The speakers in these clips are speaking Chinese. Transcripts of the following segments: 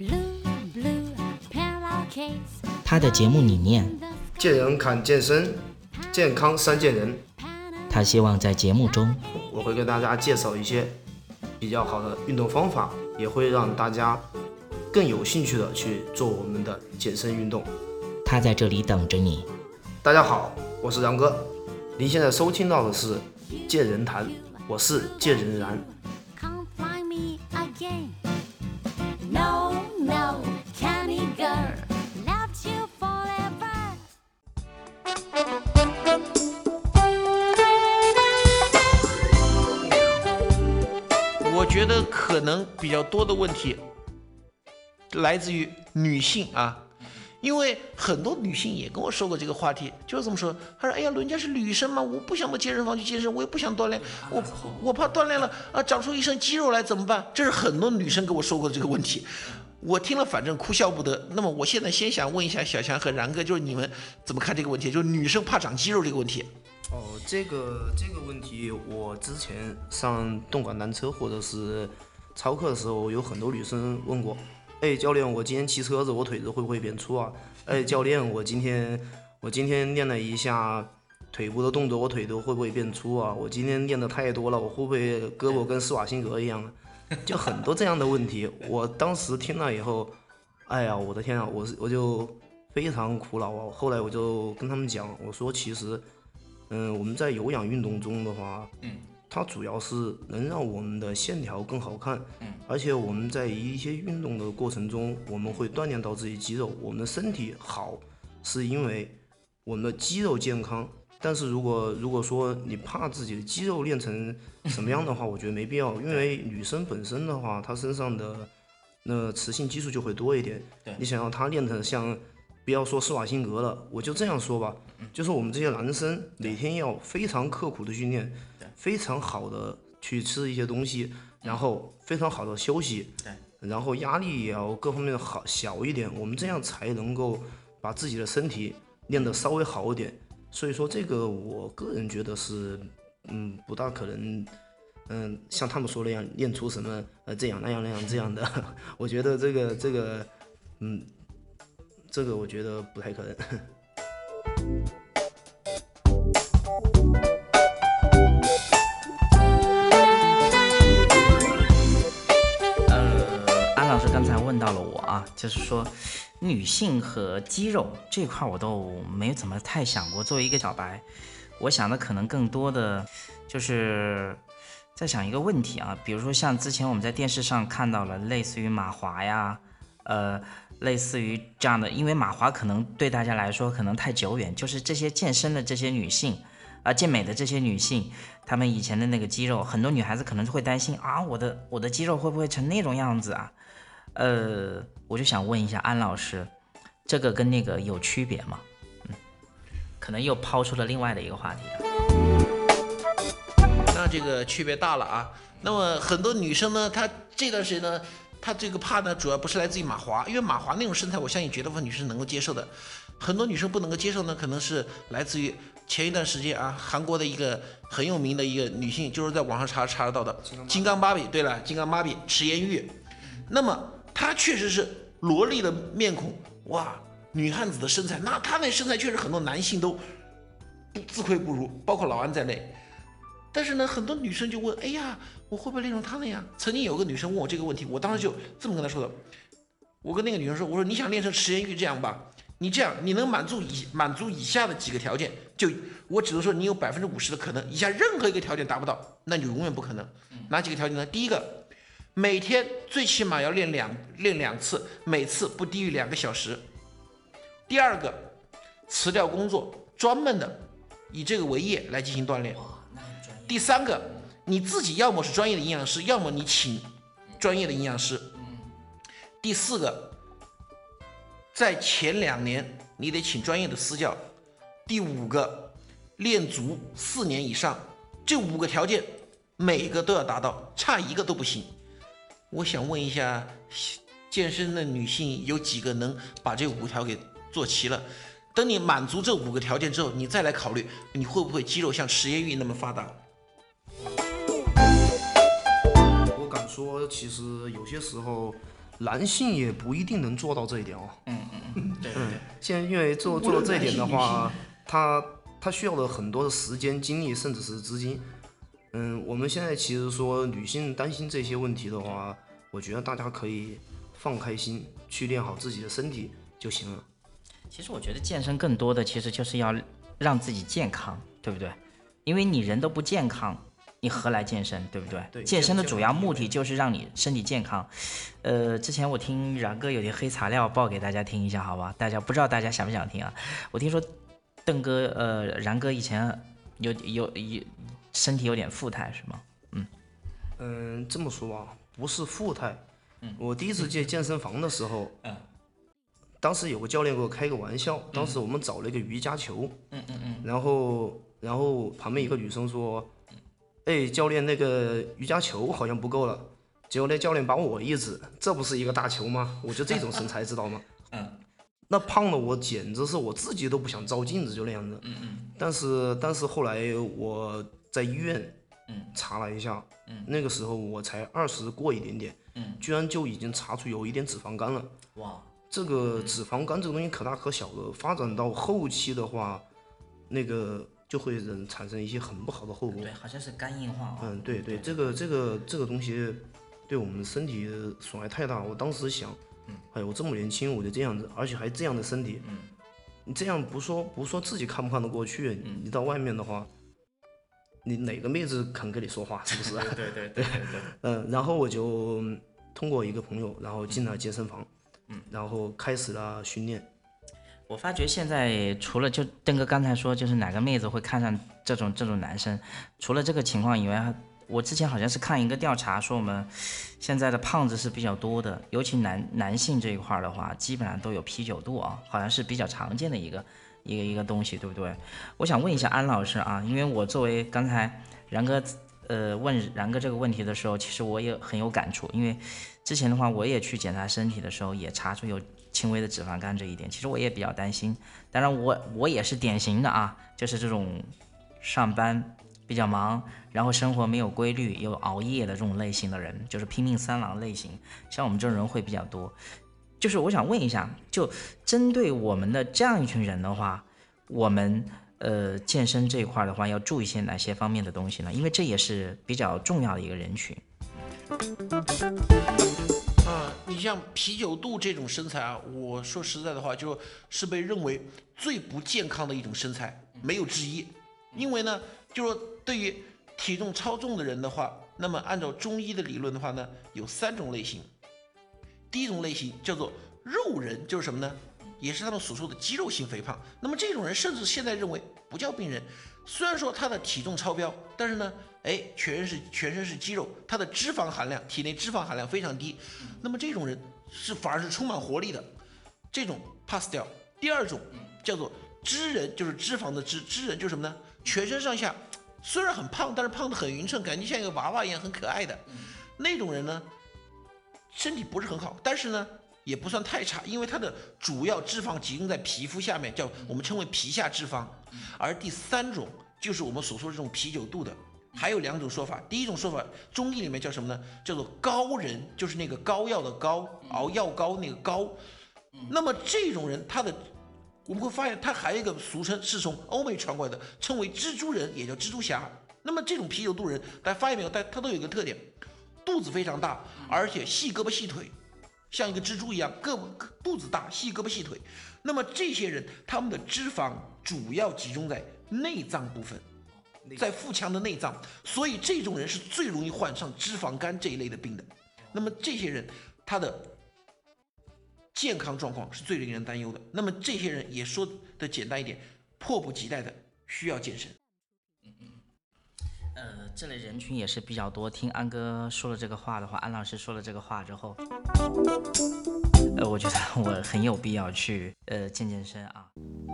他的节目理念： 见人看健身，健康三见人。 他希望在节目中， 我会给大家介绍一些比较好的运动方法，也会让大家更有兴趣的去做我们的健身运动。 他在这里等着你。 大家好，我是然哥，您现在收听到的是健人谈，我是健人然。 我觉得可能比较多的问题来自于女性啊，因为很多女性也跟我说过这个话题，就是这么说，她说：“哎呀，人家是女生嘛，我不想到健身房去健身，我也不想锻炼，我怕锻炼了啊，长出一身肌肉来怎么办？”这是很多女生跟我说过的这个问题，我听了反正哭笑不得。那么我现在先想问一下小强和然哥，就是你们怎么看这个问题？就是女生怕长肌肉这个问题。 这个问题，我之前上动感单车或者是操课的时候，有很多女生问过。哎，教练，我今天骑车子，我腿子会不会变粗啊？哎，教练，我今天练了一下腿部的动作，我腿子会不会变粗啊？我今天练的太多了，我会不会胳膊跟施瓦辛格一样啊？就很多这样的问题。我当时听了以后，哎呀，我的天啊，我就非常苦恼啊。后来我就跟他们讲，我说其实，我们在有氧运动中的话，它主要是能让我们的线条更好看，而且我们在一些运动的过程中，我们会锻炼到自己肌肉，我们的身体好，是因为我们的肌肉健康。但是如果说你怕自己的肌肉练成什么样的话，我觉得没必要，因为女生本身的话，她身上的那雌性激素就会多一点。你想要她练成像，不要说施瓦辛格了，我就这样说吧，就是我们这些男生每天要非常刻苦的训练，非常好的去吃一些东西，然后非常好的休息，然后压力也要各方面好小一点，我们这样才能够把自己的身体练得稍微好一点。所以说这个我个人觉得是不大可能像他们说那样练出什么这样那样这样的我觉得这个我觉得不太可能。 安老师刚才问到了我啊，就是说女性和肌肉这块我都没怎么太想过。作为一个小白，我想的可能更多的就是在想一个问题啊，比如说像之前我们在电视上看到了类似于马华呀，类似于这样的，因为马华可能对大家来说可能太久远，就是这些健身的这些女性健美的这些女性，她们以前的那个肌肉，很多女孩子可能会担心啊，我的肌肉会不会成那种样子啊？我就想问一下安老师，这个跟那个有区别吗？可能又抛出了另外的一个话题了。 那这个区别大了啊。那么很多女生呢，她这段时间呢，她这个怕呢，主要不是来自于马华，因为马华那种身材，我相信绝大部分女生能够接受的。很多女生不能够接受呢，可能是来自于前一段时间啊，韩国的一个很有名的一个女性，就是在网上查得到的金刚芭比。对了，金刚芭比池妍玉，那么她确实是萝莉的面孔，哇，女汉子的身材，那她那身材确实很多男性都自愧不如，包括老安在内。但是呢，很多女生就问，哎呀，我会不会练成她那样？曾经有个女生问我这个问题，我当时就这么跟她说的，我跟那个女生说，我说你想练成池妍玉这样吧，你这样你能满足以下的几个条件，就我只能说你有50%的可能，以下任何一个条件达不到，那你永远不可能。哪几个条件呢？第一个，每天最起码要练两次，每次不低于2个小时。第二个，辞掉工作，专门的以这个为业来进行锻炼。第三个，你自己要么是专业的营养师，要么你请专业的营养师。第四个，在前2年你得请专业的私教。第五个，练足4年以上。这5个条件每个都要达到，差一个都不行。我想问一下，健身的女性有几个能把这5条给做齐了？等你满足这5个条件之后，你再来考虑你会不会肌肉像池妍玉那么发达。 我敢说，其实有些时候， 男性也不一定能做到这一点哦。 对。 现在因为做到这一点的话，他需要的很多的时间、精力，甚至是资金。我们现在其实说女性担心这些问题的话，我觉得大家可以放开心，去练好自己的身体就行了。 其实我觉得健身更多的其实就是要让自己健康，对不对？因为你人都不健康，你何来健身，对不对？ 对， 健身的主要目的就是让你身体健康。之前我听然哥有点黑材料报给大家听一下，好吧？不知道大家想不想听啊？我听说邓哥，然哥以前有身体有点富态是吗？ 这么说吧，不是富态。我第一次进健身房的时候，当时有个教练给我开个玩笑，当时我们找了一个瑜伽球，然后旁边一个女生说，教练那个瑜伽球好像不够了，结果那教练把我一指，这不是一个大球吗？我就这种身材知道吗？那胖的我简直是我自己都不想照镜子，就那样子。但是后来我在医院查了一下，那个时候我才20过一点点，居然就已经查出有一点脂肪肝了。 哇！ 这个脂肪肝这个东西可大可小的，发展到后期的话，那个就会产生一些很不好的后果。 对，好像是肝硬化。 对，这个东西对我们身体损害太大。我当时想，我这么年轻我就这样子，而且还这样的身体，你这样不说自己看不看得过去，你到外面的话，你哪个妹子肯跟你说话，是不是？ 对。 然后我就通过一个朋友，然后进了健身房。然后开始了训练。 我发觉现在除了就邓哥刚才说，就是哪个妹子会看上这种男生，除了这个情况以外，我之前好像是看一个调查说，我们现在的胖子是比较多的，尤其男性这一块的话，基本上都有啤酒肚啊，好像是比较常见的一个东西，对不对？我想问一下安老师啊，因为我作为刚才然哥问然哥这个问题的时候，其实我也很有感触，因为之前的话我也去检查身体的时候，也查出有轻微的脂肪肝这一点，其实我也比较担心。当然我也是典型的啊，就是这种上班比较忙，然后生活没有规律，又熬夜的这种类型的人，就是拼命三郎类型，像我们这种人会比较多。就是我想问一下，就针对我们的这样一群人的话，我们健身这一块的话，要注意些哪些方面的东西呢？因为这也是比较重要的一个人群。 你像啤酒肚这种身材啊，我说实在的话，就是被认为最不健康的一种身材，没有之一。因为呢，就是说对于体重超重的人的话，那么按照中医的理论的话呢，有3种类型。第一种类型叫做肉人，就是什么呢？也是他们所说的肌肉型肥胖。那么这种人甚至现在认为不叫病人，虽然说他的体重超标，但是呢，全身是肌肉，他的脂肪含量，体内脂肪含量非常低。那么这种人反而是充满活力的，这种 pass 掉。第二种叫做脂人，就是脂肪的脂人就是什么呢？全身上下虽然很胖，但是胖得很匀称，感觉像一个娃娃一样，很可爱的那种人呢，身体不是很好，但是呢也不算太差，因为它的主要脂肪集中在皮肤下面，我们称为皮下脂肪。而第3种就是我们所说的这种啤酒肚的。还有2种说法，第一种说法中医里面叫什么呢？叫做膏人，就是那个膏药的膏，熬药膏那个膏。那么这种人我们会发现他还有一个俗称是从欧美传过来的，称为蜘蛛人，也叫蜘蛛侠。那么这种啤酒肚人，大家发现没有？他都有一个特点，肚子非常大，而且细胳膊细腿，像一个蜘蛛一样，肚子大，细胳膊细腿。那么这些人，他们的脂肪主要集中在内脏部分，在腹腔的内脏，所以这种人是最容易患上脂肪肝这一类的病的。那么这些人，他的健康状况是最令人担忧的。那么这些人也说的简单一点，迫不及待的需要健身。 这类人群也是比较多。听安哥说了这个话的话，安老师说了这个话之后，我觉得我很有必要去健身啊。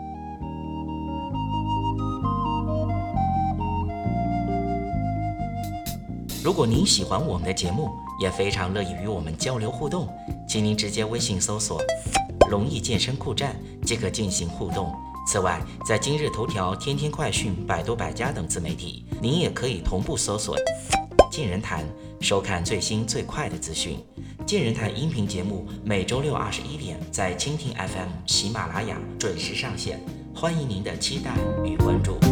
如果您喜欢我们的节目，也非常乐意与我们交流互动，请您直接微信搜索“龙易健身酷站”即可进行互动。此外，在今日头条、天天快讯、百度百家等自媒体，您也可以同步搜索“健人谈”，收看最新最快的资讯。 健人谈音频节目每周六21点在蜻蜓 FM、喜马拉雅准时上线，欢迎您的期待与关注。